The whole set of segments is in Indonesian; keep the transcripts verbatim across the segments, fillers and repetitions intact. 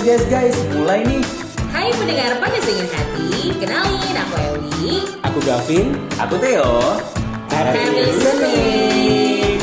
guys, guys, mulai nih. Hai pendengar Panas Dingin Hati, kenalin aku Ewi. Aku Gavin, aku Theo. Happy listening.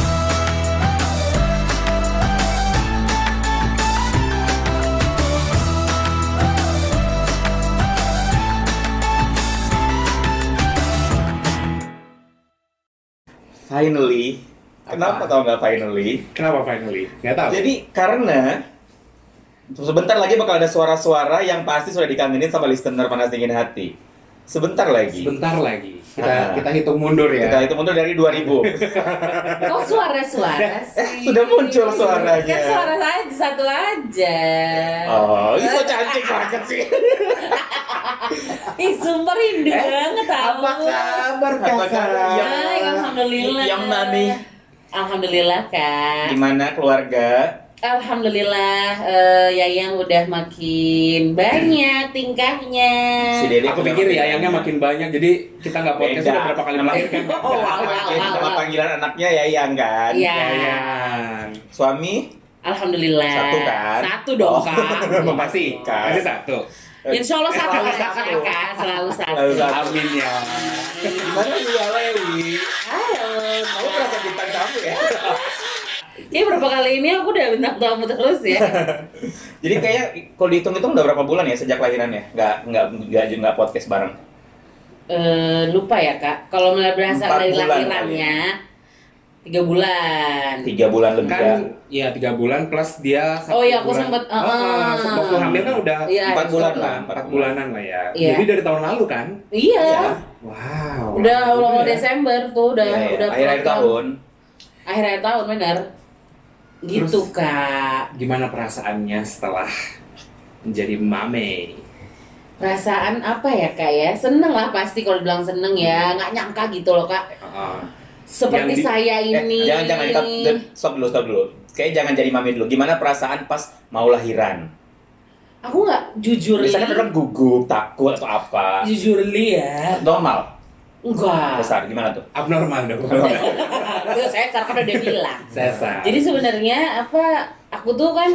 Finally, kenapa tau nggak finally? Kenapa finally? Nggak tahu. Jadi karena sebentar lagi bakal ada suara-suara yang pasti sudah dikangenin sama listener Panas Dingin Hati. Sebentar lagi. Sebentar lagi. Kita Ah. kita hitung mundur ya. Kita itu mundur dari dua ribu. Kok suara-suara sih? Sudah muncul suaranya. Kan suara aja, satu aja. Oh, itu cantik banget sih. Ih, sumpah rindu Eh, banget tau. Apa kabar Apa kakak? kabar? Hai, alhamdulillah. Yang nani. Alhamdulillah kak. Gimana keluarga? Alhamdulillah, eh, Yayang udah makin banyak tingkahnya. Si Dede Aku udah pikir makin ya ayangnya banyak. makin banyak, jadi kita nggak podcast Beda. udah berapa kali Nama- melahirkan. Oh, wow, wow, Nama- wow, nama wow. panggilan anaknya Yayang kan? Iya. Ayang. Suami? Alhamdulillah. Satu kan? Satu dong Oh, kak. memastikan. Masih satu. Insya Allah satu Selalu ya satu. kak, selalu satu. Selalu satu. Amin ya. Gimana ya Lewi? Halo. Kamu merasa bintang tamu ya? Kayak berapa kali ini aku udah bintang tamu terus ya. Jadi kayaknya kalau dihitung-hitung udah berapa bulan ya sejak lahirannya? Nggak, nggak, nggak, nggak podcast bareng. Eh lupa ya kak. Kalau mulai berasa Empat dari bulan lahirannya tiga bulan. Tiga bulan lebih ya? Kan ya tiga bulan plus dia satu Oh iya, aku bulan. sempet, uh, Oh, oh, uh. waktu hamil kan udah Iya. Empat bulan lah. empat bulanan lah ya. Iya. Jadi dari tahun lalu kan? Iya. Wow. Udah lama awal juga ya. Desember tuh udah Iya, iya. udah Akhir-akhir program. tahun. Akhir-akhir tahun benar. Gitu Terus- kak. Gimana perasaannya setelah menjadi mame? Perasaan apa ya kak ya? Seneng lah pasti kalau dibilang seneng ya. Nggak nyangka gitu loh kak. Uh, Seperti Yang di- saya ini. Eh, jangan, jangan, kita, stop dulu, stop dulu. Kayaknya jangan jadi mami dulu. Gimana perasaan pas mau lahiran? Aku nggak jujur Biasanya li. orang gugup, takut atau apa? Jujur li ya. Normal, Enggak. besar, gimana tuh? abnormal dong. Itu saya kan udah bilang. Sesar. Jadi sebenarnya apa? Aku tuh kan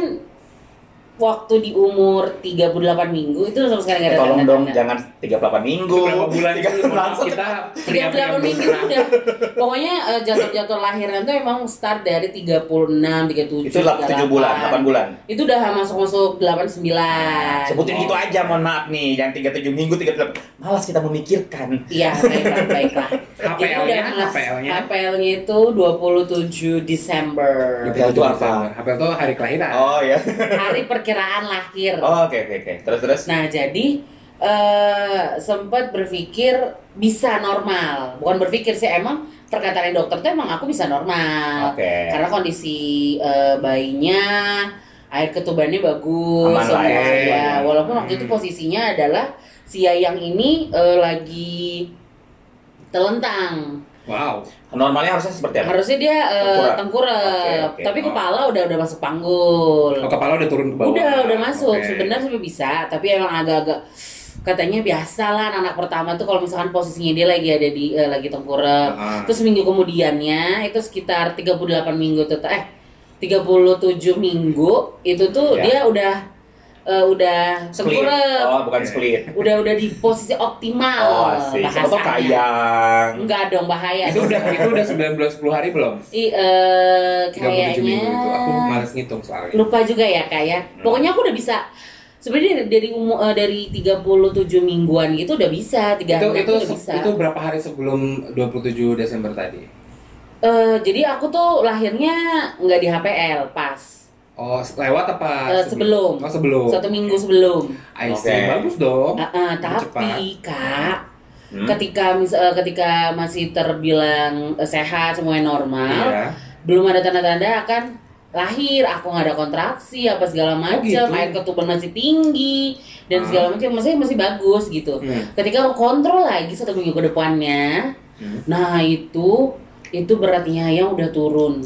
waktu di umur tiga puluh delapan minggu itu sama sekali nggak ada Tolong dong, tanda-tanda. jangan tiga puluh delapan minggu. Berapa bulan Tiga sih? puluh langsung. Kita tiga puluh delapan minggu itu udah pokoknya eh, jatuh-jatuh lahiran tuh emang start dari tiga puluh enam, tiga puluh tujuh, Itu tujuh bulan, delapan bulan. Itu udah masuk-masuk delapan sembilan. Sebutin gitu aja, mohon maaf nih, yang tiga puluh tujuh minggu, tiga puluh delapan. Malas kita memikirkan. Iya, baiklah, baiklah. H P L-nya, Itu udah mas- H P L-nya. H P L-nya itu dua puluh tujuh Desember. H P L itu apa? H P L itu hari kelahiran. Oh ya. Hari perkiraan lahir. Oh, oke oke oke. Terus terus. Nah, jadi eh sempat berpikir bisa normal. Bukan berpikir sih, emang perkataan dokter tuh emang aku bisa normal. Oke. Karena kondisi eh, bayinya, air ketubannya bagus, Aman lah ya. semua ya. Walaupun waktu itu Hmm. posisinya adalah si Yayang ini eh, lagi telentang. Wow. Normalnya harusnya seperti apa? Harusnya dia eh, Tengkurap. tengkurap, Oke, oke. tapi kepala udah udah masuk panggul. Oh, kepala udah turun ke bawah. Udah, udah masuk. Oke. Sebenarnya sampai bisa, tapi emang agak-agak katanya biasa lah anak pertama tuh kalau misalkan posisinya dia lagi ada di eh, lagi tengkurap. Ah. Terus minggu kemudiannya itu sekitar tiga puluh delapan minggu tuh eh tiga puluh tujuh minggu itu tuh Ya. dia udah eh, udah Split. tengkurap. Oh, bukan split. Udah udah di posisi optimal Oh, sih. Siapa tuh bahasanya. kayang. Enggak dong, bahaya. Itu udah itu udah sembilan belas sepuluh hari belum? I, eh, tiga puluh tujuh minggu itu. Aku kayaknya malas ngitung soalnya. lupa juga ya kak ya. Pokoknya aku udah bisa sebenarnya dari umur eh, dari tiga puluh tujuh mingguan gitu udah bisa tiga Itu anak itu tuh udah bisa. itu berapa hari sebelum dua puluh tujuh Desember tadi? Eh, jadi aku tuh lahirnya nggak di H P L pas Oh, lewat apa? Eh, sebelum. Oh, sebelum. satu minggu sebelum. I Oke. see. Bagus dong. Eh, eh, Lebih tapi kak Hmm? ketika mis- eh, ketika masih terbilang eh, sehat semuanya normal, Iya. belum ada tanda-tanda akan lahir, aku nggak ada kontraksi apa segala macam, gitu? air ketuban masih tinggi dan Ah. segala macam, masih masih bagus gitu. Hmm. Ketika aku kontrol lagi satu minggu ke depannya, Hmm. nah itu itu beratnya yang udah turun.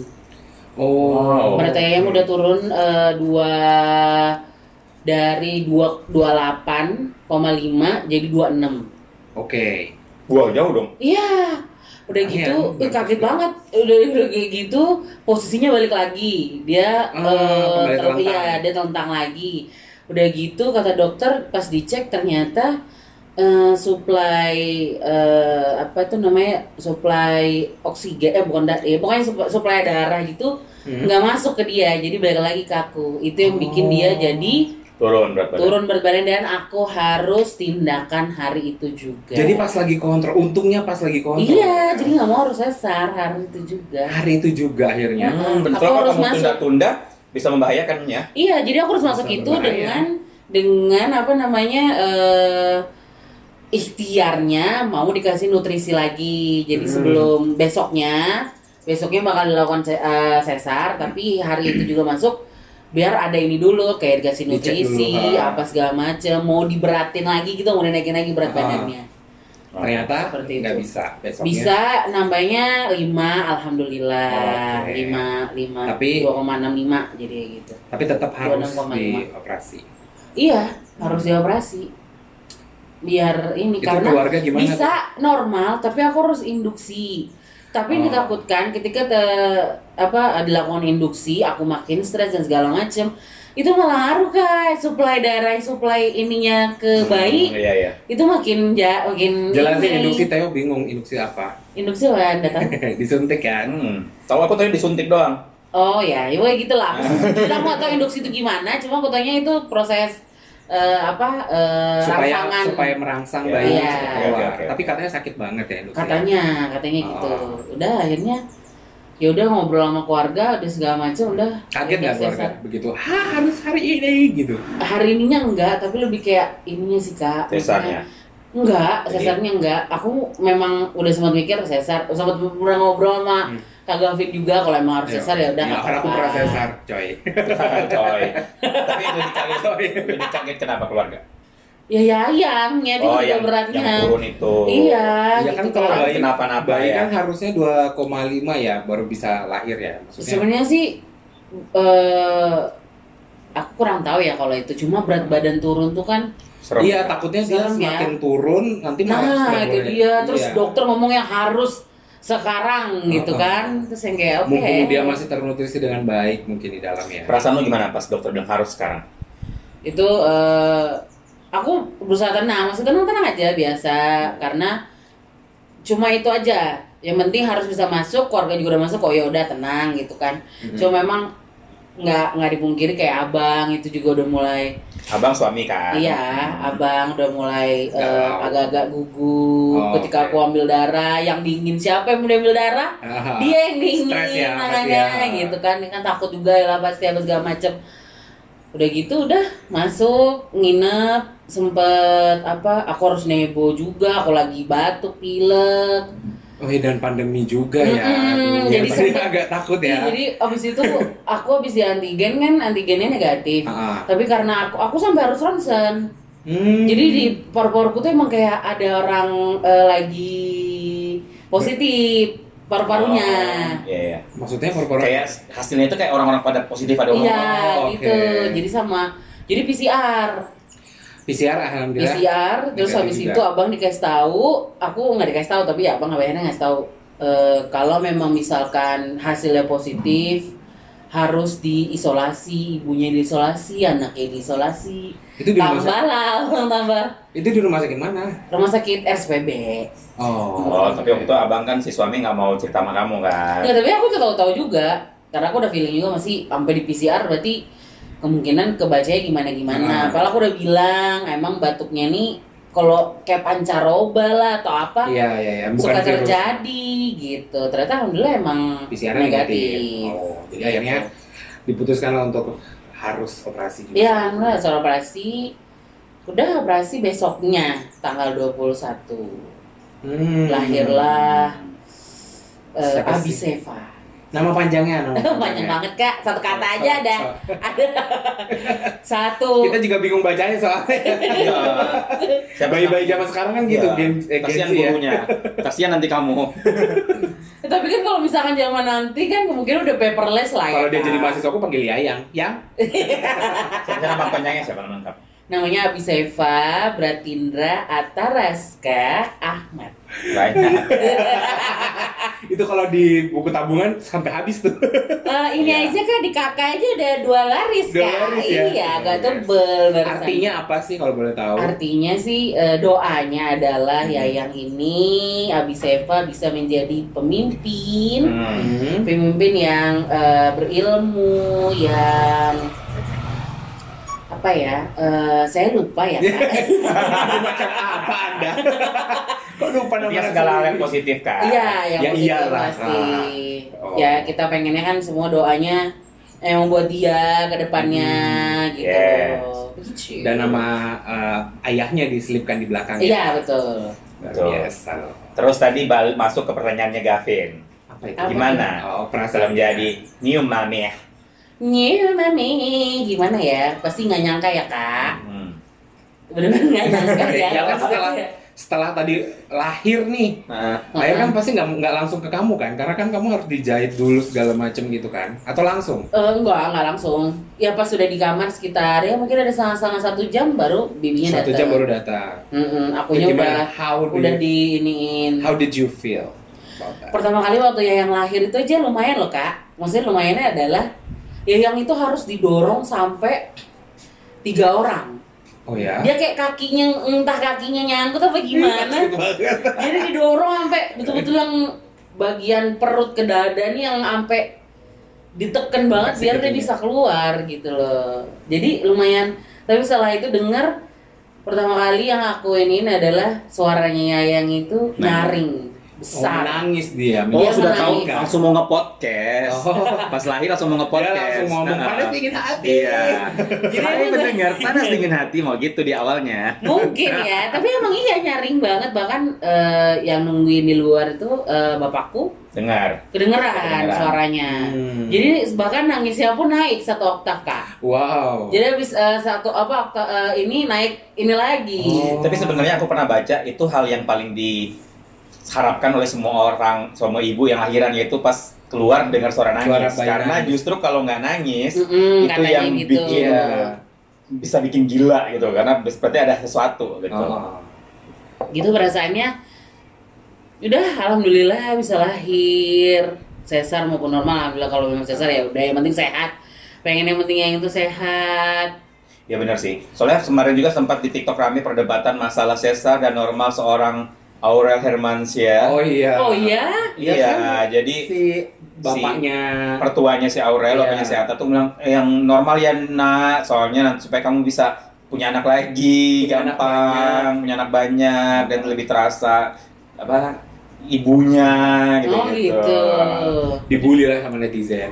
Oh. Beratnya yang udah turun eh, dua dari dua dua delapan koma lima jadi dua puluh enam. Oke. Wah, jauh dong. Iya. Udah Ah, gitu, iya, eh, kaget bagus. banget. Udah, udah kayak gitu, posisinya balik lagi. Dia Ah, eh, kembali tel- telentang. iya, dia telentang lagi. Udah gitu kata dokter pas dicek ternyata eh, supply eh, apa itu namanya supply oksigen eh bukan da- ya pokoknya sup- supply darah gitu Hmm. nggak masuk ke dia, jadi balik lagi ke aku. Itu yang bikin dia Oh. jadi Turun berat badan. turun berat badan dan aku harus tindakan hari itu juga. Jadi pas lagi kontrol, untungnya pas lagi kontrol. iya, jadi nggak mau harus sesar hari itu juga. Hari itu juga akhirnya. Hmm, betul Aku kalau harus kamu masuk. tunda-tunda bisa membahayakan ya. Iya, jadi aku harus masuk Bisa itu berbahaya. dengan dengan apa namanya eh ikhtiarnya mau dikasih nutrisi lagi. Jadi Hmm. sebelum besoknya, besoknya bakal dilakukan se- eh, sesar, tapi hari itu juga masuk biar ada ini dulu kayak dikasih Dicek nutrisi, dulu, ha. apa segala macam, mau diberatin lagi gitu, mau dinaikin lagi berat Ha. badannya. Ternyata Seperti nggak itu. bisa besoknya. Bisa nambahnya lima, alhamdulillah. Oke. lima, lima, Tapi- dua koma enam lima jadi gitu. Tapi tetap harus dua puluh enam koma lima. dioperasi. Iya, harus dioperasi. Biar ini Itu karena keluarga gimana? bisa normal, tapi aku harus induksi. Tapi yang Oh. ditakutkan ketika te- apa dilakukan induksi, aku makin stres dan segala macem, itu malah ngaruh kan supply darah, supply ininya ke bayi, Hmm, iya iya. itu makin ja, makin Jelasin ini. induksi, Theo bingung induksi apa? Induksi lah, Anda tahu? Disuntik kan? Hmm. Tahu aku tadi disuntik doang. Oh ya, ya pokoknya gitu lah. Kita mau tahu induksi itu gimana, cuma aku tanya itu proses eh, apa eh, supaya rangsangan. supaya merangsang Iya. bayi Iya. cepat keluar. Oke, oke, oke. Tapi katanya sakit banget ya induksi. Katanya, katanya Oh. gitu. Udah akhirnya ya udah ngobrol sama keluarga, udah segala macam, udah. Kaget akhirnya nggak keluarga sesar. begitu? Hah, harus hari ini gitu. Hari ininya enggak, tapi lebih kayak ininya sih kak. Sesarnya. Maksudnya, enggak, Jadi- sesarnya enggak. Aku memang udah sempat mikir sesar, sempat pernah ngobrol sama Hmm. Kak Gavin juga kalau emang harus sesar ya udah Ya, nggak kan aku apa-apa. pernah sesar, coy. Coy. Tapi yang lebih kaget, lebih kaget kenapa keluarga? Ya ya yangnya dia Oh, juga yang beratnya. yang turun itu. Iya, Ya gitu kan kalau kan. bayi Kenapa-napa bayi ya. kan harusnya dua koma lima ya baru bisa lahir ya maksudnya. Sebenarnya sih eh aku kurang tahu ya kalau itu, cuma berat badan turun tuh kan. Serem. Iya, takutnya dia Serem ya. semakin turun nanti malah Nah, sudah itu mulai- dia. Terus iya. dokter ngomongnya harus sekarang gitu Oh. kan. Terus yang kayak oke. Mumpung dia masih ternutrisi dengan baik mungkin di dalam ya. Perasaan lu gimana pas dokter bilang harus sekarang? Itu eh aku berusaha tenang, maksudnya tenang-tenang aja biasa karena cuma itu aja. Yang penting harus bisa masuk, keluarga juga udah masuk, oh ya udah tenang gitu kan. Mhm. Cuma memang nggak nggak dipungkiri kayak abang itu juga udah mulai Abang suami kan? iya, abang udah mulai eh, Galau. agak-agak gugup Oh, ketika oke. aku ambil darah. Yang dingin siapa yang udah ambil darah? Ah, Dia yang dingin stres ya, pasti namanya ya. gitu kan. Dia kan takut juga lah pasti apa segala macem. Udah gitu udah masuk nginep, sempet apa aku harus nebo juga, aku lagi batuk pilek. Oh iya, dan pandemi juga ya. Mm-mm, Aduh, jadi pasti sempet- agak takut Iya, ya. jadi abis itu aku abis di antigen kan, antigennya negatif. Ah, ah. Tapi karena aku aku sampai harus ronsen. Hmm. Jadi di paru-paruku tuh emang kayak ada orang eh, lagi positif paru-parunya. Oh, Iya iya. maksudnya paru-paru Kayak hasilnya itu kayak orang-orang pada positif ada orang. Iya, Oh, gitu. oke. Jadi sama jadi P C R. P C R P alhamdulillah. C R terus Negatif habis juga. itu abang dikasih tahu, aku nggak dikasih tahu tapi abang akhirnya ngasih tahu eh, kalau memang misalkan hasilnya positif harus diisolasi, ibunya diisolasi, anaknya diisolasi. Itu di rumah Tambah sakit. lah, abang tambah. Itu di rumah sakit mana? Rumah sakit R S P B. Oh. Oh, tapi waktu itu abang kan si suami nggak mau cerita sama kamu kan? Nggak, tapi aku tuh tahu-tahu juga. Karena aku udah feeling juga masih sampai di P C R berarti kemungkinan kebacanya gimana-gimana. Hmm. Padahal aku udah bilang emang batuknya nih kalau kayak pancaroba lah atau apa Iya iya iya, bukan suka virus. terjadi gitu. Ternyata alhamdulillah emang P C R negatif. negatif. Oh, jadi akhirnya diputuskan untuk harus operasi juga. Ya, alhamdulillah soal operasi udah operasi besoknya tanggal dua puluh satu. Hmm. Lahirlah eh, Siapa Abi sih? Seva. Nama panjangnya, nama Banyak panjangnya. banget kak, satu kata aja ada. So- Ada satu. Kita juga bingung bacanya soalnya. Iya. Siapa Bayi-bayi zaman sekarang kan gitu, Iya. game eh, Kasihan Gen Z ya. gurunya. Kasihan nanti kamu. Tapi kan kalau misalkan zaman nanti kan kemungkinan udah paperless lah ya. Kalau dia Kak. jadi mahasiswa aku panggil Yayang. Yang? Siapa nama panjangnya siapa nama lengkap? Namanya Abi Seva Bratindra Ataraska Ahmad. Banyak. Itu kalau di buku tabungan sampai habis tuh. Eh, ini Iya. aja kan di kakak aja ada dua laris Dua kan. laris ya? Iya, agak Yes. tebel barusan. Artinya apa sih kalau boleh tahu? Artinya sih eh, doanya adalah Hmm. ya yang ini Abi Seva bisa menjadi pemimpin, Hmm. Hmm. pemimpin yang eh, berilmu, yang apa ya? eh, saya lupa ya Kak. Macam apa Anda? Kok lupa nama Dia segala hal yang positif kan. Iya, yang Ya positif iyalah, pasti. Kak. Oh. Ya kita pengennya kan semua doanya emang buat dia ke depannya gitu. Yes. Begitu. Dan nama eh, ayahnya diselipkan di belakangnya. Iya, betul. Luar Betul. biasa loh. Terus tadi bal- masuk ke pertanyaannya Gavin. Apa itu? Apa Gimana? Oh, Kalau perasaan menjadi new mami. New mami, gimana ya? Pasti nggak nyangka ya Kak. Hmm. Bener-bener nggak nyangka ya. Ya kan setelah setelah tadi lahir nih, Nah, lahir kan pasti nggak nggak langsung ke kamu kan, karena kan kamu harus dijahit dulu segala macem gitu kan, atau langsung? Eh, enggak, enggak langsung. Ya pas sudah di kamar sekitar ya mungkin ada setengah-setengah satu jam baru bibinya Satu datang. jam baru datang. Mm-mm, akunya Gimana? udah How do udah you- diiniin. How did you feel about that? Pertama kali waktu ya yang lahir itu aja lumayan loh Kak. Maksudnya lumayannya adalah ya yang itu harus didorong sampai tiga orang. Oh ya? Dia kayak kakinya entah kakinya nyangkut apa gimana. Takut banget. Jadi didorong sampai betul-betul yang bagian perut ke dada nih yang sampai diteken banget biar dia bisa keluar gitu loh. Jadi lumayan. Tapi setelah itu dengar pertama kali yang aku ini adalah suaranya Yayang itu nyaring Oh, besar. menangis dia. oh Dia sudah menangis. tahu langsung mau nge-podcast. Oh. Pas lahir langsung mau Dia nge-podcast. langsung ngomong Nah, panas dingin hati. Iya. Jadi Saya aku- mendengar panas dingin hati mau gitu di awalnya. Mungkin ya, tapi emang iya nyaring banget bahkan eh, yang nungguin di luar itu eh, bapakku Dengar. kedengeran Kedengeran. suaranya. Hmm. Jadi bahkan nangisnya pun naik satu oktav Kak. Wow. Jadi habis eh, satu apa oktav eh, ini naik ini lagi. Oh. Tapi sebenarnya aku pernah baca itu hal yang paling diharapkan oleh semua orang, semua ibu yang lahiran yaitu pas keluar dengar suara nangis. Suara bayi Karena nangis. justru kalau nggak nangis Mm-mm, itu katanya yang gitu. bikin Iya. bisa bikin gila gitu karena seperti ada sesuatu gitu. Oh. Gitu perasaannya. Udah alhamdulillah bisa lahir. Sesar maupun normal alhamdulillah kalau memang sesar ya udah yang penting sehat. Pengen yang penting yang itu sehat. Ya benar sih. Soalnya kemarin juga sempat di TikTok rame perdebatan masalah sesar dan normal seorang Aurel Hermansyah. Oh iya. Oh iya? Iya, Iya kan? jadi Si bapaknya. mertuanya si Aurel, Iya. bapaknya si Atta tuh bilang "Eh, yang normal ya nak, soalnya nanti supaya kamu bisa punya anak lagi, Punya anak gampang, punya anak banyak dan lebih terasa apa ibunya gitu. Oh gitu. Dibully lah sama netizen.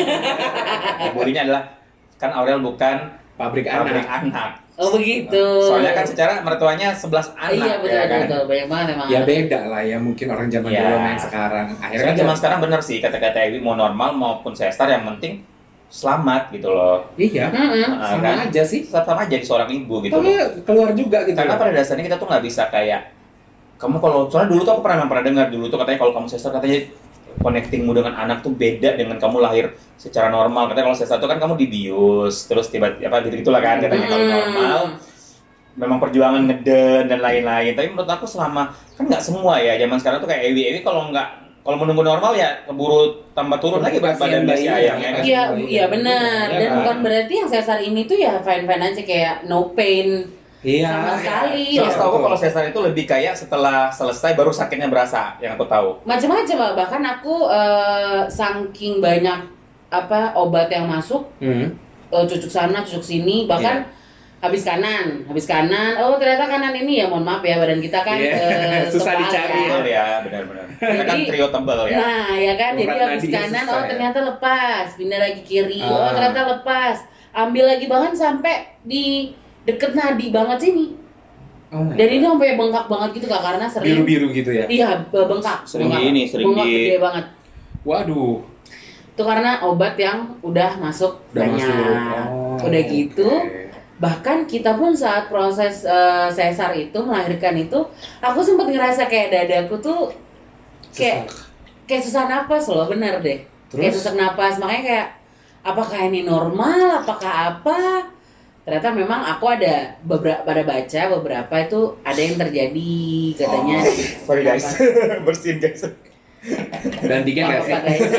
Ibunya adalah kan Aurel bukan Pabrik pabrik anak. anak. Oh begitu. Soalnya kan secara mertuanya sebelas anak iya betul ya kan. betul banyak banget emang. Ya beda lah ya mungkin orang zaman Iya. dulu sama yang sekarang. Akhirnya Soalnya kan zaman sekarang bener sih kata-kata Ewi mau normal maupun sesar yang penting selamat gitu loh. iya. Mm-mm. Nah, Sama kan? aja sih. Sama aja di seorang ibu gitu Tapi loh. keluar juga gitu. Karena loh. pada dasarnya kita tuh nggak bisa kayak kamu kalau soalnya dulu tuh aku pernah pernah dengar dulu tuh katanya kalau kamu sesar katanya connectingmu dengan anak tuh beda dengan kamu lahir secara normal. Katanya kalau sesar tuh kan kamu dibius terus tiba-tiba apa gitu gitulah kan katanya kalau Hmm. normal memang perjuangan ngeden dan lain-lain. Tapi menurut aku selama kan nggak semua ya zaman sekarang tuh kayak Ewi Ewi kalau nggak kalau menunggu normal ya keburu tambah turun lagi berat Kasihan badan si bayinya. ayam ya kan. Iya, iya benar. Iya Dan kan? bukan berarti yang sesar ini tuh ya fine-fine aja kayak no pain Iya. sama sekali. Soalnya Ya. setahu aku kalau sesar itu lebih kayak setelah selesai baru sakitnya berasa yang aku tahu. Macam-macam Mbak. Bahkan aku eh, saking banyak apa obat yang masuk, Hmm. eh, cucuk sana, cucuk sini, bahkan habis kanan, habis kanan. Oh ternyata kanan ini ya mohon maaf ya badan kita kan Iya, eh, susah tebal dicari, ya. Betul ya, benar-benar. Kita kan Jadi- trio tebal ya. Nah ya kan, jadi Urat habis nadinya kanan, susah oh ya. ternyata lepas, pindah lagi kiri, oh Ah. ternyata lepas, ambil lagi bahkan sampai di deket nadi banget sini. Oh my Dan ini God. sampai bengkak banget gitu kak, karena sering biru-biru gitu ya. iya be- bengkak, Sering bengkak. di ini, sering bengkak di- gede banget. Waduh. Itu karena obat yang udah masuk Udah banyak. masuk. Oh, Udah gitu, oke. bahkan kita pun saat proses eh, sesar itu melahirkan itu, aku sempat ngerasa kayak dadaku tuh kayak Sesak. kayak susah napas loh, bener deh. Kayak Terus? susah napas, makanya kayak apakah ini normal, apakah apa? Ternyata memang aku ada beberapa pada baca beberapa itu ada yang terjadi katanya. Oh, sorry guys, Napas. bersihin guys. Dan tiga nggak sih? Apa, guys?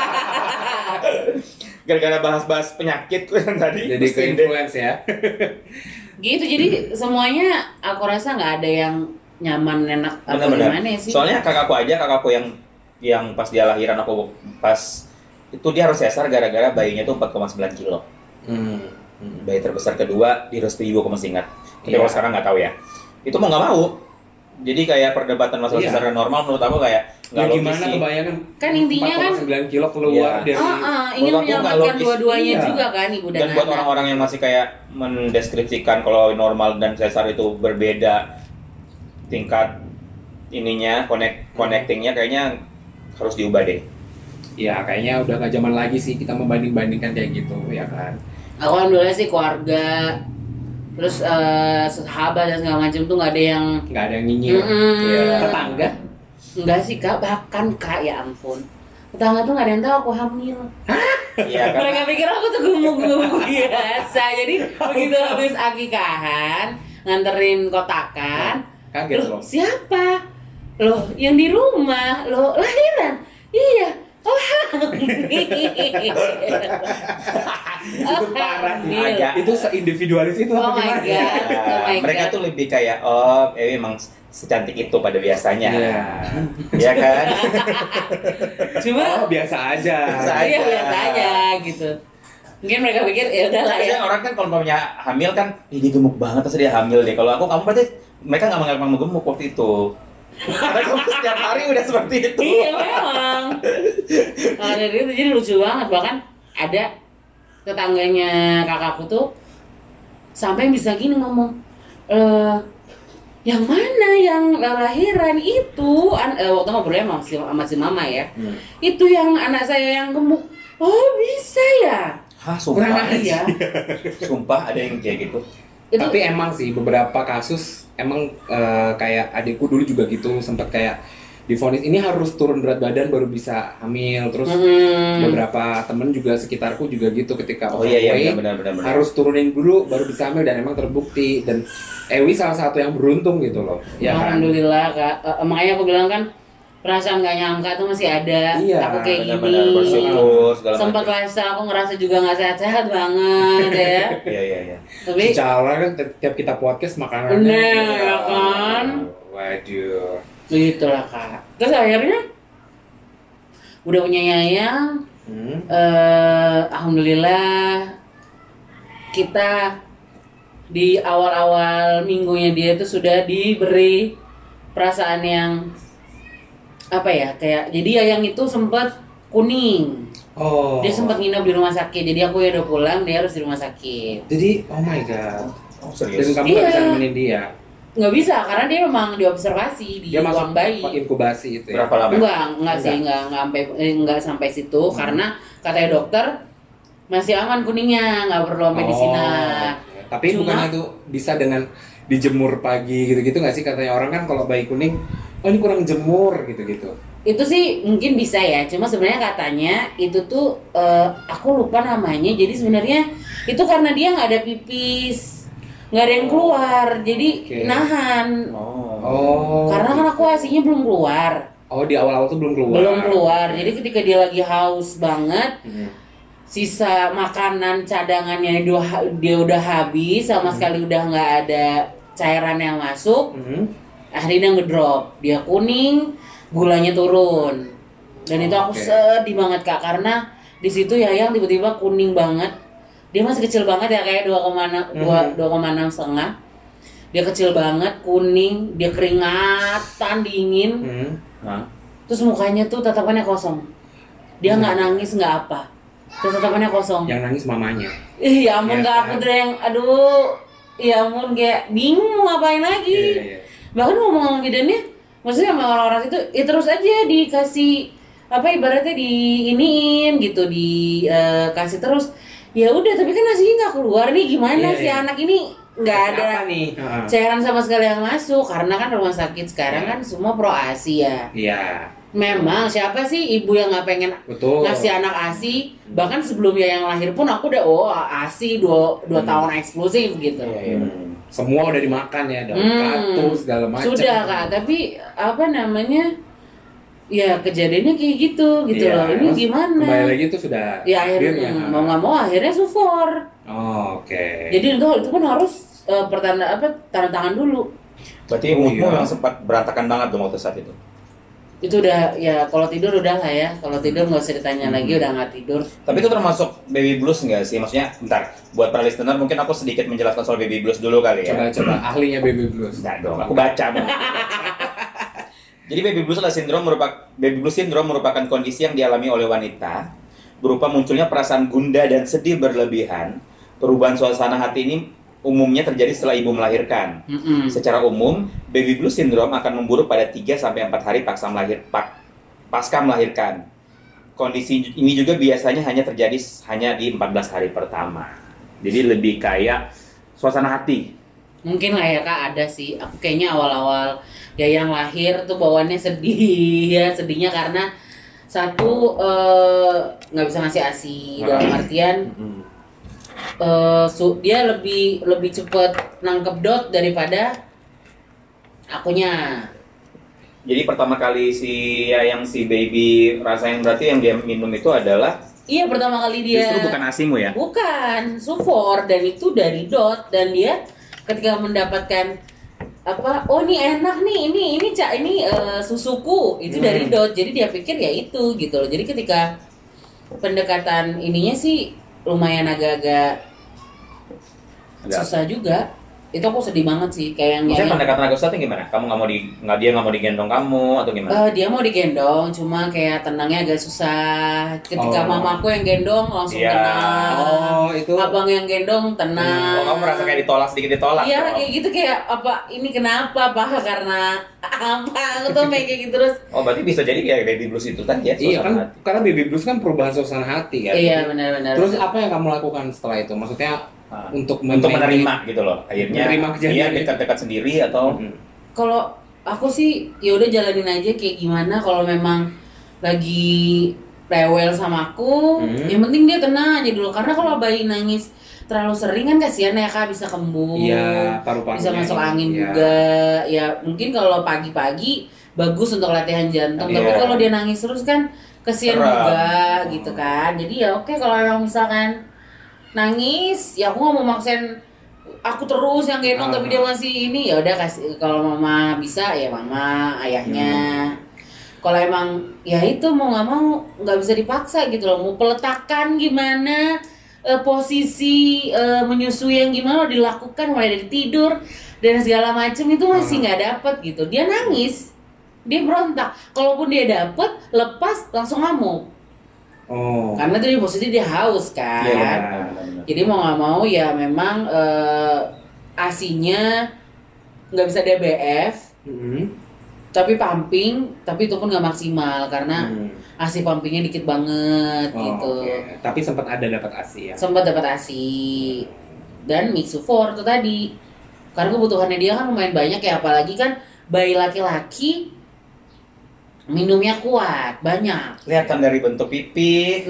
Gara-gara bahas-bahas penyakit tuh yang tadi. Jadi ke pusing deh. influence ya. Gitu, jadi semuanya aku rasa nggak ada yang nyaman, enak, apa Benar-benar. gimana sih. Soalnya kakakku aja, kakakku yang yang pas dia lahiran aku pas itu dia harus sesar gara-gara bayinya tuh empat koma sembilan kilo. Hmm. Hmm. Bayi terbesar kedua direstui aku masih ingat. Tapi Iya. kalau sekarang nggak tahu ya. Itu mau nggak mau. Jadi kayak perdebatan masalah Iya. sesar dan normal menurut aku kayak Ya nggak logis gimana sih. kebayangan? Kan intinya kan- empat koma sembilan kilo keluar Iya. dari. Ah, ah, ingin Menurut aku nggak menyelamatkan logis. dua-duanya Iya. juga kan, ibu dan, Dan buat anak. orang-orang yang masih kayak mendeskripsikan kalau normal dan sesar itu berbeda tingkat ininya, connect connectingnya kayaknya harus diubah deh. Ya kayaknya udah gak zaman lagi sih kita membanding-bandingkan kayak gitu ya kan. Aku alhamdulillah sih keluarga, terus eh, sahabat dan segala macam tuh nggak ada yang Nggak ada yang nyinyir. Mm-mm. Iya. Tetangga? Enggak sih kak, bahkan kak ya ampun, tetangga tuh nggak ada yang tahu aku hamil. Iya kan? Mereka pikir aku tuh gemuk-gemuk biasa. Jadi begitu habis akikahan, nganterin kotakan, Kaget loh loh. siapa? Loh yang di rumah, loh lahiran? Iya. Oh hamil. Oh parah sih. hamil. Agak. Itu seindividualis itu Oh apa my gimana? God. Oh my mereka God. tuh lebih kayak oh, eh emang secantik itu pada biasanya. Iya. Iya kan? Cuma Oh biasa aja. Biasa iya aja. biasa aja gitu. Mungkin mereka pikir ya udah lah ya. Biasanya orang kan kalau punya hamil kan, ih dia gemuk banget pasti dia hamil deh. Kalau aku kamu berarti mereka nggak menganggap kamu gemuk waktu itu. Karena kamu setiap hari udah seperti itu. Iya memang. Nah, dari itu jadi lucu banget, bahkan ada tetangganya kakakku tuh sampai bisa gini ngomong, eh yang mana yang lahiran itu an eh, waktu ngobrolnya sama si, sama si mama ya, Hmm. itu yang anak saya yang gemuk. Oh bisa ya. Hah, sumpah. Kurang Iya. Sumpah ada yang kayak gitu. Itu Tapi emang sih beberapa kasus emang eh, kayak adikku dulu juga gitu sempat kayak divonis ini harus turun berat badan baru bisa hamil. Terus mm, beberapa temen juga sekitarku juga gitu ketika Oh iya iya overweight, benar benar benar. harus turunin dulu baru bisa hamil dan emang terbukti. Dan Ewi salah satu yang beruntung gitu loh. Ya kan? alhamdulillah kak. Eh, makanya aku bilang kan perasaan nggak nyangka tuh masih ada. Iya, Aku kayak Benar-benar gini. bersyukur segala Sempat macam. lifestyle aku ngerasa juga nggak sehat-sehat banget ya. Iya iya iya. Tapi Bicara kan ti- tiap kita podcast makanannya. Bener, ya kan? Waduh. begitulah kak. Terus akhirnya udah punya yayang. Hmm. eh alhamdulillah kita di awal-awal minggunya dia itu sudah diberi perasaan yang apa ya, kayak jadi yayang itu sempat kuning. Oh. Dia sempat nginep di rumah sakit. Jadi aku ya udah pulang, dia harus di rumah sakit. Jadi oh my god. Oh Dan serius. kamu nggak Iya. bisa nemenin dia. Nggak bisa karena dia memang diobservasi di Dia masuk ruang bayi. inkubasi itu ya. Berapa lama? Enggak, enggak sih, Enggak. enggak enggak sampai eh, enggak sampai situ karena katanya dokter masih aman kuningnya, nggak perlu sampai di sinar. oke. Tapi Cuma- bukan itu bisa dengan dijemur pagi gitu-gitu nggak sih katanya orang kan kalau bayi kuning, oh ini kurang jemur gitu-gitu. Itu sih mungkin bisa ya, cuma sebenarnya katanya itu tuh eh, aku lupa namanya. Jadi sebenarnya itu karena dia nggak ada pipis, nggak ada yang keluar, jadi Oke. nahan. Oh. Oh. Karena kan aku asinya belum keluar, Oh di awal-awal tuh belum keluar. belum keluar. Jadi ketika dia lagi haus banget, Hmm. sisa makanan cadangannya dia, dia udah habis, sama Hmm. sekali udah nggak ada cairan yang masuk. Hmm. Akhirnya ngedrop, dia kuning, gulanya turun, dan itu aku Oke. sedih banget kak karena di situ Yayang tiba-tiba kuning banget. Dia masih kecil banget ya, kayak dua koma enam Mhm. dua koma enam setengah. Dia kecil banget, kuning, dia keringatan, dingin, Hmm. Hah? terus mukanya tuh tatapannya kosong. Dia nggak nangis nggak apa, terus tatapannya kosong. Yang nangis mamanya. Ih, ya ampun Ya kak, kan? aku udah yang aduh, ya ampun kayak bingung mau ngapain lagi. Iya, iya. Bahkan ngomong-ngomong bidannya, maksudnya sama orang-orang itu, ya terus aja dikasih apa ibaratnya diiniin gitu, dikasih terus. Ya udah, tapi kan nasinya nggak keluar nih, gimana Iya, si iya. anak ini nggak Kasih ada apa nih? Heeh. cairan sama sekali yang masuk karena kan rumah sakit sekarang Iya. kan semua pro asi ya. Iya, Memang siapa sih ibu yang nggak pengen betul. ngasih anak asi? Bahkan sebelumnya yang lahir pun aku udah oh asi dua dua Hmm. tahun eksklusif gitu. Iya, iya. Hmm. Semua udah dimakan ya, daun Hmm. katu segala macam. Sudah kak, tapi apa namanya? ya kejadiannya kayak gitu gitu Iya, loh. Ini terus gimana? Kembali lagi itu sudah Ya akhirnya takdir ya. mau nggak mau akhirnya sufor. Oh, oke. Jadi itu itu pun harus uh, pertanda apa tanda tangan dulu. Berarti Oh, moodmu iya. memang sempat berantakan banget dong waktu saat itu. Itu udah ya kalau tidur udah lah ya. Kalau tidur nggak usah ditanya lagi, Hmm. udah nggak tidur. Tapi itu termasuk baby blues nggak sih? Maksudnya, bentar, buat para listener mungkin aku sedikit menjelaskan soal baby blues dulu kali ya. Coba coba ahlinya baby blues. Enggak dong, aku baca. Bang. Jadi baby blues adalah sindrom merupakan baby blues syndrome merupakan kondisi yang dialami oleh wanita berupa munculnya perasaan gundah dan sedih berlebihan. Perubahan suasana hati ini umumnya terjadi setelah ibu melahirkan. Mm-mm. Secara umum, baby blues syndrome akan memburuk pada tiga sampai empat hari pasca melahir pak, pasca melahirkan. Kondisi ini juga biasanya hanya terjadi hanya di empat belas hari pertama. Jadi lebih kayak suasana hati. Mungkin lah ya Kak, ada sih. Aku kayaknya awal-awal ya yang lahir tuh bawaannya sedih ya, sedihnya karena satu eh, nggak bisa ngasih asi dalam artian Mm-mm. eh, su- dia lebih lebih cepet nangkep dot daripada akunya. Jadi pertama kali si ya, yang si baby rasain berarti yang dia minum itu adalah Iya pertama kali dia justru bukan asimu ya? bukan sufor, dan itu dari dot, dan dia ketika mendapatkan apa, oh ini enak nih, ini ini cak ini eh, susuku itu Hmm. dari dot, jadi dia pikir ya itu gitu loh. Jadi ketika pendekatan ininya sih lumayan agak-agak Agak- susah juga. Itu aku sedih banget sih, kayak yang Maksudnya yang- pendekatan Agustusnya gimana? Kamu nggak mau di nggak dia nggak mau digendong kamu atau gimana? Eh, dia mau digendong, cuma kayak tenangnya agak susah. Ketika Oh. mamaku yang gendong langsung Iya. tenang. Oh, itu Abang yang gendong tenang. Oh, kamu merasa kayak ditolak sedikit ditolak? Iya dong? kayak gitu, kayak apa ini kenapa apa karena apa, aku tuh kayak gitu terus. Oh, berarti bisa jadi kayak baby blues itu tadi ya? Iya kan, suasana hati. karena baby blues kan perubahan suasana hati kan. Iya benar-benar. Terus apa yang kamu lakukan setelah itu? Maksudnya Ah. untuk Untuk memanage- menerima gitu loh. Akhirnya Menerima kejadian dia itu. dekat-dekat sendiri atau Mm-mm. Kalau aku sih ya udah jalanin aja kayak gimana. Kalau memang lagi rewel sama aku, Hmm. yang penting dia tenang aja dulu. Karena kalau bayi nangis terlalu sering kan kasihan ya Kak, bisa kembung. Iya, paru-parunya. Bisa masuk angin Iya. juga. Ya mungkin kalau pagi-pagi bagus untuk latihan jantung, Iya. tapi kalau dia nangis terus kan kesian Seram. juga gitu kan. Jadi ya oke kalau memang misalkan nangis, ya aku nggak mau maksain aku terus yang gendong Ah. tapi dia masih ini, ya udah kasih, kalau mama bisa ya mama, ayahnya. Kalau emang ya itu mau nggak mau nggak bisa dipaksa gitu loh. Mau peletakan gimana, eh, posisi eh, menyusui yang gimana dilakukan mulai dari tidur dan segala macam itu masih nggak dapet gitu. Dia nangis, dia berontak. Kalaupun dia dapet, lepas langsung ngamuk. Oh. Karena itu di posisi dia haus kan. Iya, benar, benar, benar. Jadi mau nggak mau ya memang eh, asinya nggak bisa D B F, Mm-mm. tapi pumping, tapi itu pun nggak maksimal karena Hmm. asi pumpingnya dikit banget Oh, gitu. oke. Tapi sempat ada dapat asi ya. Sempat dapat asi dan Mixufor itu tadi. Karena kebutuhannya dia kan lumayan banyak ya, apalagi kan bayi laki-laki minumnya kuat, banyak. Kelihatan dari bentuk pipi,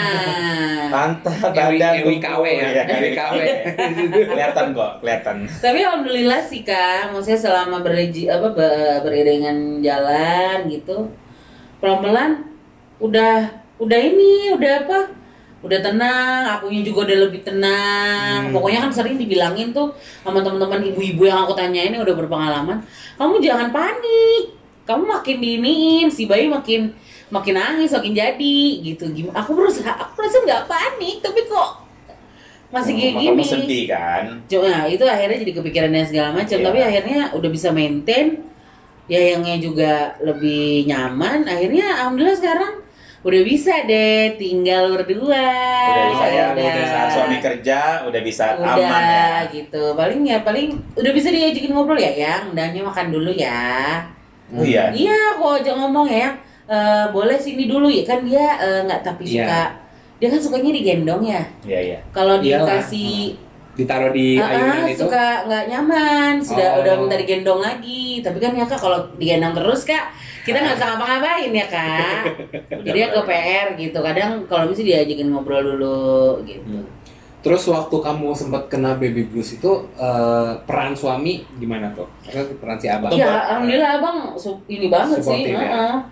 Nah, pantat, Ewi, badan, Ewi K W ya. Iya, Ewi K W. kelihatan kok, kelihatan. tapi alhamdulillah sih Kak, maksudnya selama berji, apa be- beriringan jalan gitu, pelan-pelan udah udah ini udah apa? Udah tenang, akunya juga udah lebih tenang. Hmm. Pokoknya kan sering dibilangin tuh sama teman-teman ibu-ibu yang aku tanyain yang udah berpengalaman, kamu jangan panik. Kamu makin diiniin, si bayi makin makin nangis, makin jadi gitu. Gimana? Aku berusaha, aku berusaha nggak panik, tapi kok masih kayak Oh, gini. kamu sedih kan? Cuma itu akhirnya jadi kepikiran dan segala macam, Iya. tapi akhirnya udah bisa maintain, ya yangnya juga lebih nyaman. Akhirnya alhamdulillah sekarang udah bisa deh tinggal berdua. Udah bisa ya, udah, udah saat suami kerja, udah bisa udah aman ya. gitu. Paling ya paling udah bisa diajakin ngobrol ya, yang undangnya makan dulu ya. Oh iya. Iya, aku ajak ngomong ya, eh, boleh sini dulu ya kan dia eh, nggak tapi Iya. suka, dia kan sukanya digendong ya. Iya, iya. Kalau Iyalah. dikasih Ditaruh di Ah, ayunan ah, itu. suka nggak nyaman, sudah Oh. udah minta digendong lagi. Tapi kan ya Kak, kalau digendong terus Kak, kita nggak bisa ngapa-ngapain ya Kak. Jadi agak P R gitu. Kadang kalau bisa diajakin ngobrol dulu gitu. Hmm. Terus waktu kamu sempat kena baby blues itu eh, peran suami gimana tuh? Karena peran si abang. Ya alhamdulillah abang su- ini banget sih. Supportive ya? heeh.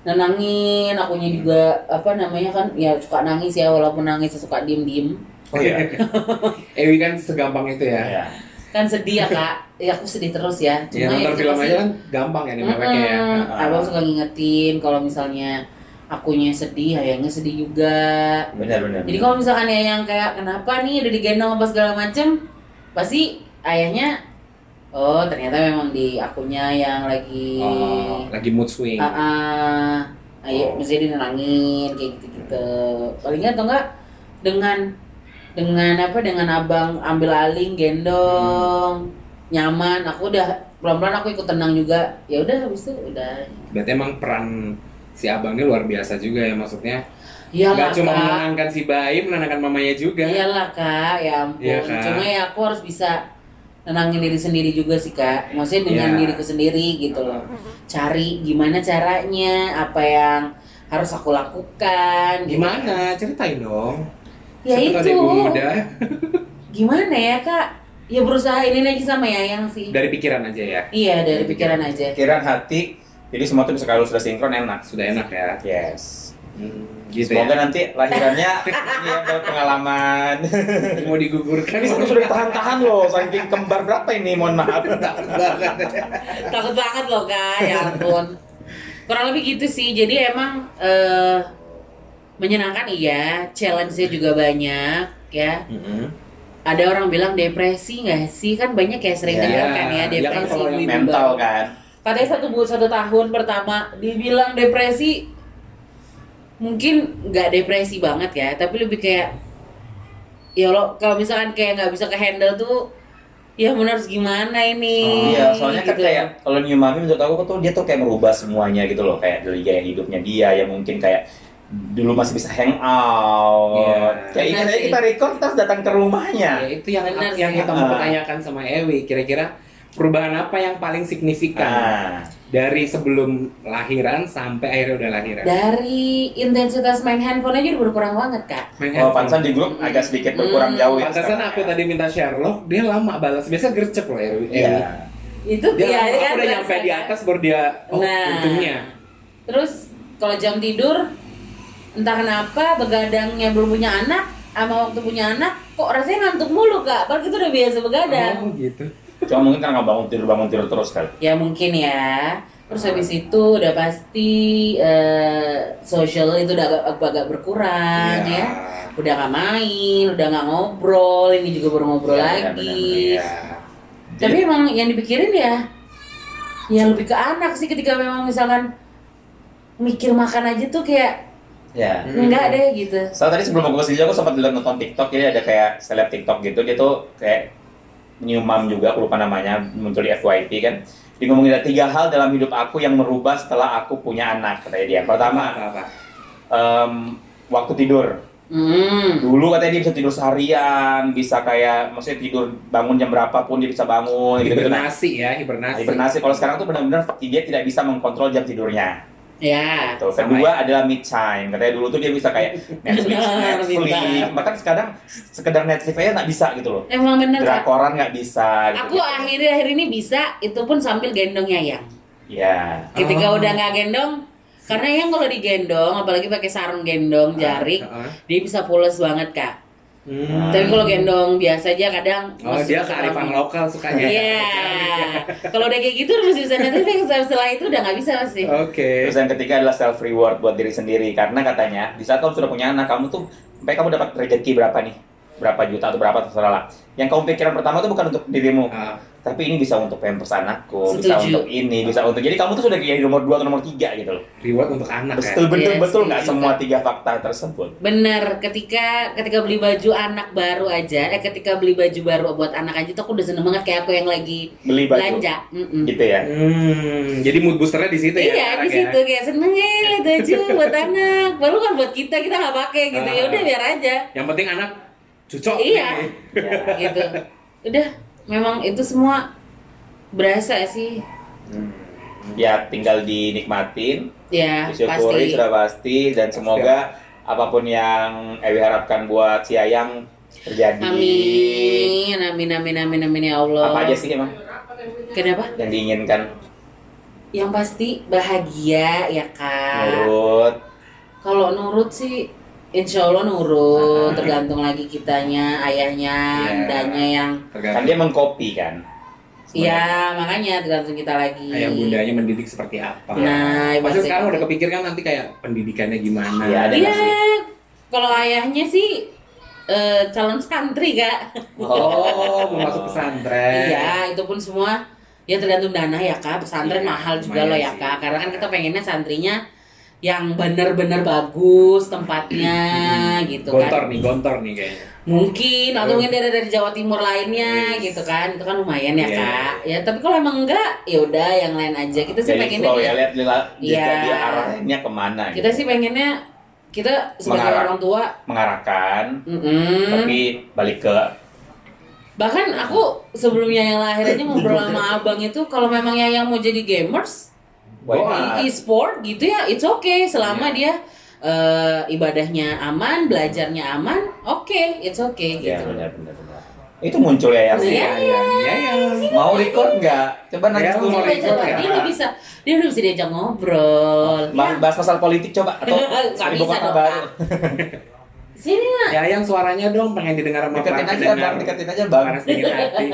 nenangin, akunya juga apa namanya kan ya suka nangis ya, walaupun nangis suka diem-diem. Oh iya. Ewi kan segampang itu ya. Iya. Kan sedih ya kak, ya aku sedih terus ya. Ya Cuma nonton itu film pasti- aja kan gampang ya nih meweknya ya. Mm-mm. Abang suka ngingetin kalau misalnya akunya sedih, ayahnya sedih juga. Benar-benar. Jadi kalau misalkan ya yang kayak kenapa nih udah digendong apa segala macem, pasti ayahnya, oh ternyata memang di akunya yang lagi, Oh, lagi mood swing. ah, ah, ayo Oh. mesti dinenangin kayak gitu-gitu. Palingnya atau enggak dengan dengan apa dengan abang ambil alih gendong nyaman, aku udah pelan-pelan aku ikut tenang juga. Ya udah habis itu udah. Berarti emang peran si abang ini luar biasa juga ya, maksudnya. Iyalah Gak cuma kak. menenangkan si bayi, menenangkan mamanya juga. Iyalah kak, ya ampun. Iya, Kak. Cuma ya aku harus bisa nenangin diri sendiri juga sih kak. Maksudnya dengan Iya. diriku sendiri gitu loh. Cari gimana caranya, apa yang harus aku lakukan. gitu. Gimana? Ceritain dong. Ya Siapa tahu itu. dia ibu muda. Gimana ya kak? Ya berusaha ini lagi sama Yayang sih. Dari pikiran aja ya. Iya dari pikiran aja. Pikiran, hati, jadi semua tuh bisa kalau sudah sinkron enak. Sudah enak ya. Yes. Hmm, gitu Semoga ya. nanti lahirannya ya berpengalaman. Mau digugurkan. Ini sudah sudah ditahan-tahan loh, saking kembar berapa ini, mohon maaf. Takut banget loh kak, ya ampun. Kurang lebih gitu sih. Jadi emang eh, menyenangkan iya, challenge-nya juga banyak ya. Mm-mm. Ada orang bilang depresi nggak sih? Kan banyak kayak sering Iya. dengar kan ya Iya kan depresi kalau yang ibu Mental baru. kan. Katanya satu bu satu tahun pertama dibilang depresi, mungkin nggak depresi banget ya, tapi lebih kayak ya lo kalau misalkan kayak nggak bisa ke handle tuh, ya benar harus gimana ini? Iya, soalnya kan gitu. kayak kalau New Mami menurut aku tuh dia tuh kayak merubah semuanya gitu loh, kayak dari gaya hidupnya dia yang mungkin kayak dulu masih bisa hang out. Iya. Kayak ingat Benar aja sih. kita record kita harus datang ke rumahnya. Ya, itu yang Benar yang sih. kita mau Ah. pertanyakan sama Ewi. Kira-kira perubahan apa yang paling signifikan Ah, dari sebelum lahiran sampai akhirnya udah lahiran? Dari intensitas main handphone aja udah berkurang banget kak. Main kalau handphone. Pansan di grup agak sedikit berkurang Hmm, jauh ya. Pantesan sekarang aku ya. tadi minta Sherlock, dia lama balas. Biasa gercep loh Ewi. Iya. Ewi. Itu Dia ya, lama, kan aku udah berasa, nyampe di kan? atas baru dia, oh Nah. untungnya. Terus kalau jam tidur, entah kenapa begadangnya belum punya anak, sama waktu punya anak, kok rasanya ngantuk mulu kak. Padahal kita udah biasa begadang. Oh gitu. Cuma mungkin karena nggak bangun tidur bangun tidur terus kan. Ya mungkin ya. Terus habis itu udah pasti eh, social itu udah agak, agak berkurang Iya. ya. Udah nggak main, udah nggak ngobrol. Ini juga baru ngobrol Iya, lagi. benar-benar, Iya. Tapi emang yang dipikirin ya, ya lebih ke anak sih ketika memang misalkan mikir makan aja tuh kayak Ya. Hmm. enggak deh gitu. So tadi sebelum aku kesini aku sempat lihat nonton TikTok, jadi ada kayak seleb TikTok gitu, dia tuh kayak new mom juga, aku lupa namanya, muncul di F Y P kan. Dia ngomongin ada tiga hal dalam hidup aku yang merubah setelah aku punya anak, katanya dia. Pertama, Apa-apa? em, waktu tidur. Hmm. Dulu katanya dia bisa tidur seharian, bisa kayak maksudnya tidur bangun jam berapapun dia bisa bangun gitu gitu. Nah, Hibernasi ya, hibernasi. hibernasi. Kalau sekarang tuh benar-benar dia tidak bisa mengkontrol jam tidurnya. Ya. Tuh. Sama Kedua adalah me time. Katanya dulu tuh dia bisa kayak Netflix, Benar, Netflix. me time. Bahkan sekarang sekedar Netflix aja nggak bisa gitu loh. Emang bener kak. Drakoran nggak bisa. Gitu, Aku akhirnya akhir ini bisa, itu pun sambil gendong Yayang. Ya. Ketika Oh. udah nggak gendong, karena yang kalau digendong, apalagi pakai sarung gendong jarik, Ah, ah. dia bisa pules banget kak. Hmm. Tapi kalau gendong biasa aja kadang. Oh masih dia suka kearifan banget. lokal sukanya. Iya. Kalau udah kayak gitu masih bisa Netflix, setelah itu udah nggak bisa pasti. Oke. Terus yang ketiga adalah self reward buat diri sendiri, karena katanya di saat kamu sudah punya anak, kamu tuh sampai kamu dapat rezeki berapa nih, berapa juta atau berapa terserah lah. Yang kamu pikiran pertama tuh bukan untuk dirimu, Ah, tapi ini bisa untuk pampers anakku, bisa Setuju. untuk ini, bisa untuk. Jadi kamu tuh sudah kayak di nomor dua atau nomor tiga gitu loh. reward untuk anak ya. Betul betul Iya betul sih, nggak juga. semua tiga fakta tersebut. Bener, ketika ketika beli baju anak baru aja, eh ketika beli baju baru buat anak aja tuh aku udah seneng banget kayak aku yang lagi Beli baju. belanja. Mm-mm. Gitu ya. Hmm, jadi mood boosternya di situ ya. Iya sekarang di ya? situ kayak seneng ya lihat baju buat anak. Baru kan buat kita kita nggak pakai gitu. Ah. Ya udah biar aja. Yang penting anak cocok. Iya. nih. Ya. Gitu. Udah, memang itu semua berasa sih. Hmm. Ya tinggal dinikmatin, Ya, disyukuri pasti. sudah pasti, dan semoga apapun yang Ewi harapkan buat si Ayang terjadi. Amin, amin, amin, amin, amin ya Allah. Apa aja sih emang Kenapa? yang diinginkan? Yang pasti bahagia ya kak. Nurut. Kalau nurut sih, insya Allah nurut. Tergantung lagi kitanya, ayahnya, Iya. bundanya yang. Kan Tergantung dia mengcopy kan. Iya, makanya tergantung kita lagi. ayah bundanya mendidik seperti apa. Nah, Pasti pasti- sekarang udah kepikir kan nanti kayak pendidikannya gimana. Iya, ada Iya, nggak sih? kalau ayahnya sih eh, calon santri kak. Oh, mau masuk pesantren. Iya, itu pun semua ya tergantung dana ya kak. Pesantren Iya, mahal juga lumayan loh ya sih. kak. Karena kan kita pengennya santrinya yang benar-benar bagus tempatnya gitu Gontor kan. nih, gontor nih kayaknya. Mungkin atau mungkin dari dari Jawa Timur lainnya Yes. gitu kan. Itu kan lumayan ya Iya. kak. Ya tapi kalau emang enggak, ya udah yang lain aja. Kita sih Jadi pengennya flow dia- ya, lihat lihat Iya. jadi arahnya kemana. kita gitu. sih pengennya kita sebagai Mengarah. orang tua, mengarahkan, mm-mm. tapi balik ke bahkan aku sebelumnya yang lahir aja ngobrol sama abang itu kalau memang yang mau jadi gamers Why Oh, not? e- e-sport gitu ya, it's okay selama dia eh, ibadahnya aman, belajarnya aman, oke, it's okay Ya gitu. benar benar benar. Itu muncul ya yang Iya, Iya, iya, iya, iya. mau record nggak? Coba nanti Ya, dulu mau Coba, record coba. ya? Dia udah bisa, dia udah bisa diajak ngobrol. Bahas, bahas masalah politik coba atau Nggak ibu bisa kota dong, baru. Sini nak. Ya, yang suaranya dong pengen didengar sama Deketin para aja pendengar. bang, deketin aja bang. Panas dingin hati.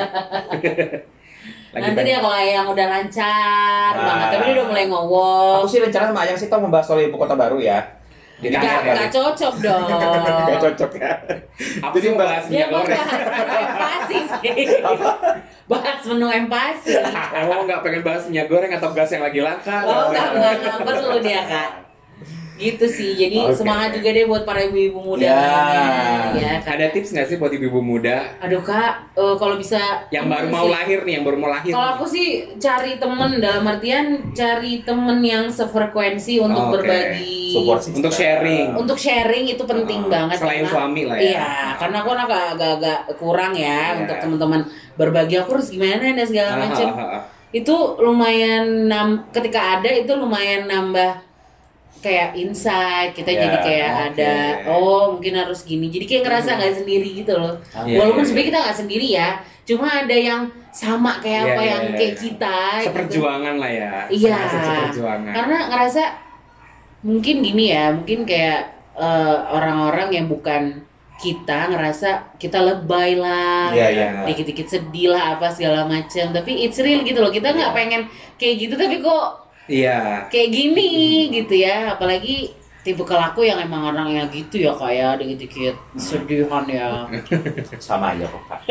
Lagi Nanti pengen- dia kalau yang udah lancar Nah. banget, tapi dia udah mulai ngowong. Aku sih rencana sama Ayang sih tau membahas soal ibu kota baru ya. Jadi Nggak, Gak, kayak gak cocok dong. nggak cocok ya. Aku sih mau bahas Dia minyak mau goreng. bahas menu empasi sih. Bahas menu empasi. Oh, nggak pengen bahas minyak goreng atau gas yang lagi langka. Oh enggak, enggak, enggak perlu dia kak. Gitu sih, jadi Oke. semangat juga deh buat para ibu-ibu muda Ya. lainnya, ya kan. Ada tips nggak sih buat ibu-ibu muda Aduh kak, eh, kalau bisa yang ini baru sih. mau lahir nih, yang baru mau lahir? Kalau aku sih cari temen, dalam artian cari temen yang sefrekuensi untuk Oke. berbagi, Support system. Untuk sharing. untuk sharing itu penting Oh, banget. selain karena- suami lah ya. Iya, karena aku anak agak-agak kurang ya Iya. untuk teman-teman berbagi aku harus gimana dan segala Ah, macam. ah, ah, ah. Itu lumayan nam ketika ada itu lumayan nambah kayak insight, kita Ya, jadi kayak oke. ada oh mungkin harus gini, jadi kayak ngerasa nggak sendiri gitu loh. Iya, Walaupun iya, sebenarnya kita nggak sendiri ya, cuma ada yang sama kayak Iya, apa iya, yang iya. kayak kita gitu. Seperjuangan lah ya. Iya. Serasa seperjuangan. Karena ngerasa mungkin gini ya, mungkin kayak eh, orang-orang yang bukan kita ngerasa kita lebay lah, Iya, iya. dikit-dikit sedih lah apa segala macam, tapi it's real gitu loh, kita nggak pengen kayak gitu tapi kok Iya. kayak gini gitu ya, apalagi tipe aku yang emang orang yang gitu ya kayak dikit-dikit sedihan ya. Sama aja kok kak.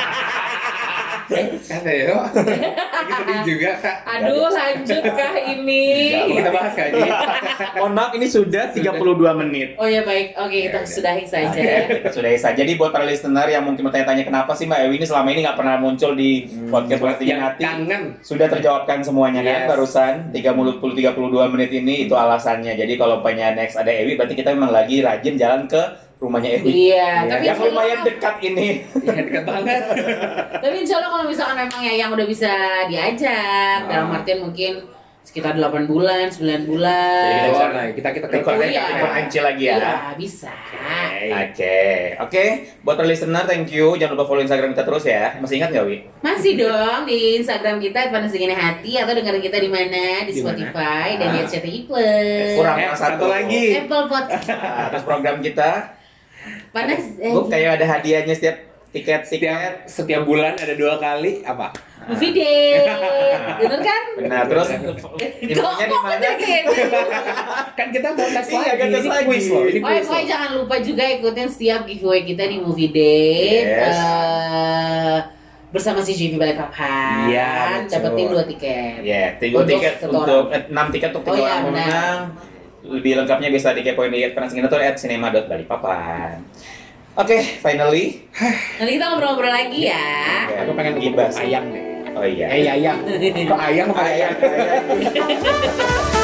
Kata ya, lagi sedih juga kak. Aduh lanjutkah ini? Apa kita bahas kak Ji? Mohon maaf ini sudah tiga puluh dua menit. Oh ya baik, oke kita Ya udah. sudahi saja. Oke, kita sudahi saja. Jadi buat para listener yang mungkin bertanya-tanya kenapa sih Mbak Ewi ini selama ini nggak pernah muncul di podcast Buat Berarti yang Hati, kangen. sudah terjawabkan semuanya kan Yes. barusan tiga puluh tiga puluh dua menit ini itu alasannya. Jadi kalau pengen next ada Ewi berarti kita memang lagi rajin jalan ke rumahnya Ewi. Iya, Iya. tapi Yang insya lumayan Allah, dekat ini. Iya dekat banget. tapi insya Allah kalau misalkan memang ya yang udah bisa diajak, Ah. dalam artian mungkin sekitar delapan bulan, sembilan bulan. Jadi Oh, nah, kita kita Record Oh, iya. record kecil lagi ya. Iya, bisa. Oke, oke. Buat para listener, thank you. Jangan lupa follow Instagram kita terus ya. Masih ingat nggak, Wi? Masih dong di Instagram kita Panas Dingin Hati atau dengerin kita di mana? Di Di mana? Spotify dan di Ah. R C T I Plus. Kurang Eh, satu. satu lagi. Apple Podcast. Nah, terus program kita, Panas eh, Bu, kayak ada hadiahnya setiap tiket-tiket. Setiap setiap bulan ada dua kali apa? movie day. Bener kan? Benar, terus Kok infonya di kok mana? jadi kayak gitu? Kan kita mau tes Iya, lagi. kan tes Ini lagi. quiz loh. Ini Oh, quiz pokoknya loh. jangan lupa juga ikutin setiap giveaway kita di Movie Day. Yes. Eh, bersama si J V Balikpapan. Iya, betul. Dapetin dua tiket. Ya, tiga Untuk tiket satu untuk eh, enam tiket untuk Oh, tiga iya, orang benar. pemenang. Lebih lengkapnya bisa dikepoin di Transingin atau at cinema dot balikpapan. Oke, finally. Nanti kita ngobrol-ngobrol lagi ya. Ya, Aku pengen gibas. ayam deh. Oh iya. Eh ayam. Kok ayam apa ayam? Ayam, ayam.